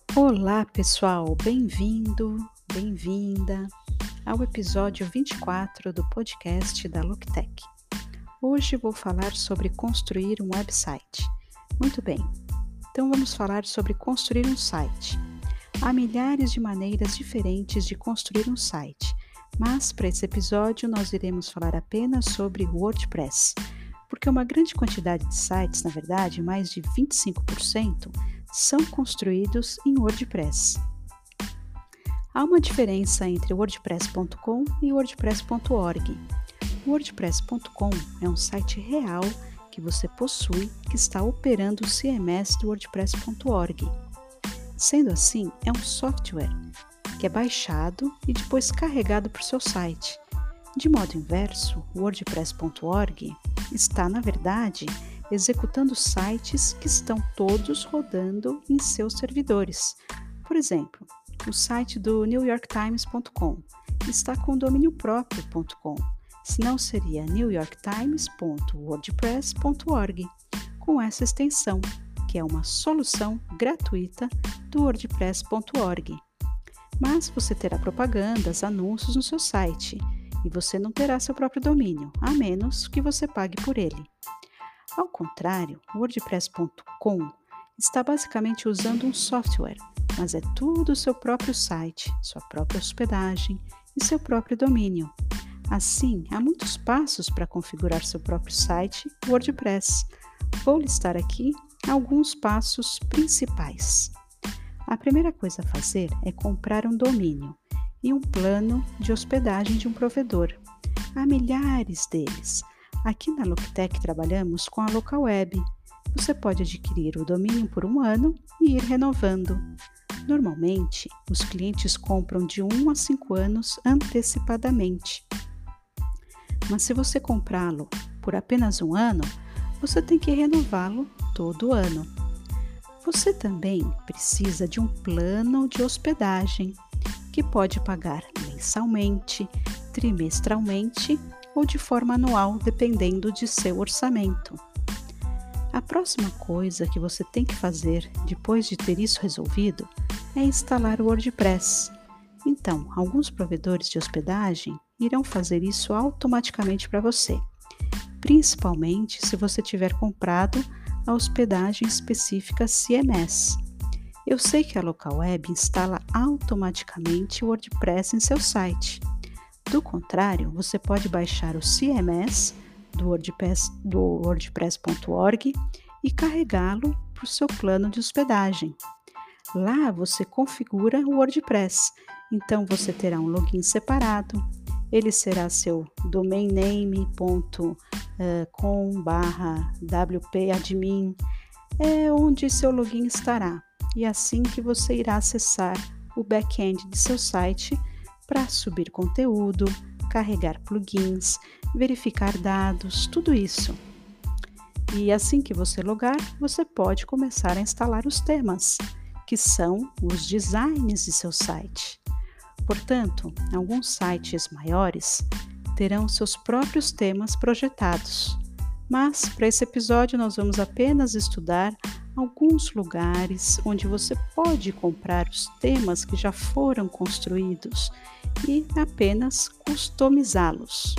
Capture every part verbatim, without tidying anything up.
Olá, pessoal! Bem-vindo, bem-vinda ao episódio vinte e quatro do podcast da Looktech. Hoje vou falar sobre construir um website. Muito bem, então vamos falar sobre construir um site. Há milhares de maneiras diferentes de construir um site, mas para esse episódio nós iremos falar apenas sobre WordPress, porque uma grande quantidade de sites, na verdade, mais de vinte e cinco por cento, são construídos em WordPress. Há uma diferença entre wordpress ponto com e wordpress ponto org. wordpress ponto com é um site real que você possui que está operando o C M S do wordpress ponto org. Sendo assim, é um software que é baixado e depois carregado para o seu site. De modo inverso, o wordpress ponto org está, na verdade, executando sites que estão todos rodando em seus servidores. Por exemplo, o site do new york times ponto com está com domínio próprio .com, senão seria new york times ponto wordpress ponto org, com essa extensão, que é uma solução gratuita do wordpress ponto org. Mas você terá propagandas, anúncios no seu site, e você não terá seu próprio domínio, a menos que você pague por ele. Ao contrário, o wordpress ponto com está basicamente usando um software, mas é tudo o seu próprio site, sua própria hospedagem e seu próprio domínio. Assim, há muitos passos para configurar seu próprio site WordPress. Vou listar aqui alguns passos principais. A primeira coisa a fazer é comprar um domínio e um plano de hospedagem de um provedor. Há milhares deles. Aqui na Looktech trabalhamos com a Local Web. Você pode adquirir o domínio por um ano e ir renovando. Normalmente, os clientes compram de um a cinco anos antecipadamente. Mas se você comprá-lo por apenas um ano, você tem que renová-lo todo ano. Você também precisa de um plano de hospedagem, que pode pagar mensalmente, trimestralmente ou de forma anual, dependendo de seu orçamento. A próxima coisa que você tem que fazer depois de ter isso resolvido é instalar o WordPress. Então, alguns provedores de hospedagem irão fazer isso automaticamente para você, principalmente se você tiver comprado a hospedagem específica C M S. Eu sei que a Local Web instala automaticamente o WordPress em seu site. Do contrário, você pode baixar o C M S do WordPress, do wordpress ponto org e carregá-lo para o seu plano de hospedagem. Lá você configura o WordPress, então você terá um login separado, ele será seu domain name ponto com barra wp admin, é onde seu login estará, e assim que você irá acessar o back-end de seu site para subir conteúdo, carregar plugins, verificar dados, tudo isso. E assim que você logar, você pode começar a instalar os temas, que são os designs de seu site. Portanto, alguns sites maiores terão seus próprios temas projetados. Mas, para esse episódio, nós vamos apenas estudar alguns lugares onde você pode comprar os temas que já foram construídos e apenas customizá-los.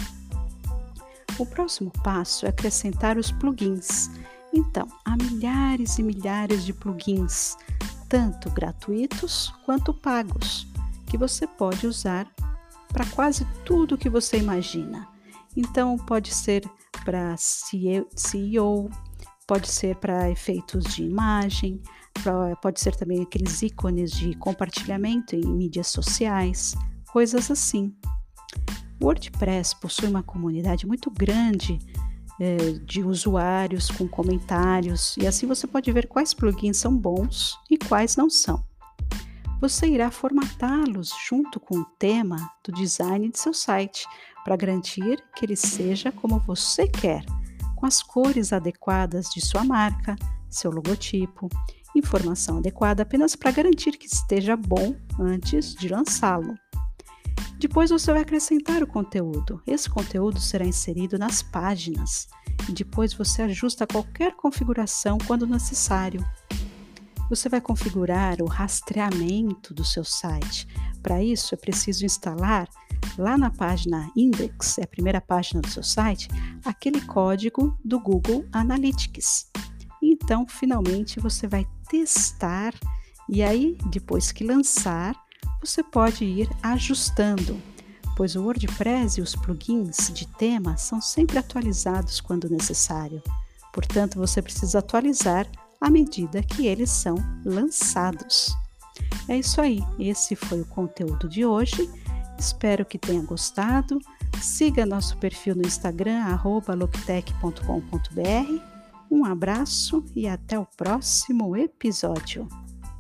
O próximo passo é acrescentar os plugins. Então, há milhares e milhares de plugins, tanto gratuitos quanto pagos, que você pode usar para quase tudo que você imagina. Então, pode ser para C E O, pode ser para efeitos de imagem, pra, pode ser também aqueles ícones de compartilhamento em mídias sociais, coisas assim. O WordPress possui uma comunidade muito grande eh, de usuários com comentários, e assim você pode ver quais plugins são bons e quais não são. Você irá formatá-los junto com o tema do design de seu site, para garantir que ele seja como você quer, com as cores adequadas de sua marca, seu logotipo, informação adequada apenas para garantir que esteja bom antes de lançá-lo. Depois você vai acrescentar o conteúdo. Esse conteúdo será inserido nas páginas e depois você ajusta qualquer configuração quando necessário. Você vai configurar o rastreamento do seu site. Para isso, é preciso instalar lá na página Index, é a primeira página do seu site, aquele código do Google Analytics. Então, finalmente, você vai testar e aí, depois que lançar, você pode ir ajustando, pois o WordPress e os plugins de tema são sempre atualizados quando necessário. Portanto, você precisa atualizar à medida que eles são lançados. É isso aí, esse foi o conteúdo de hoje. Espero que tenha gostado. Siga nosso perfil no Instagram, arroba loctech ponto com ponto b r. Um abraço e até o próximo episódio.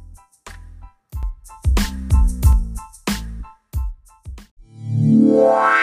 Wow.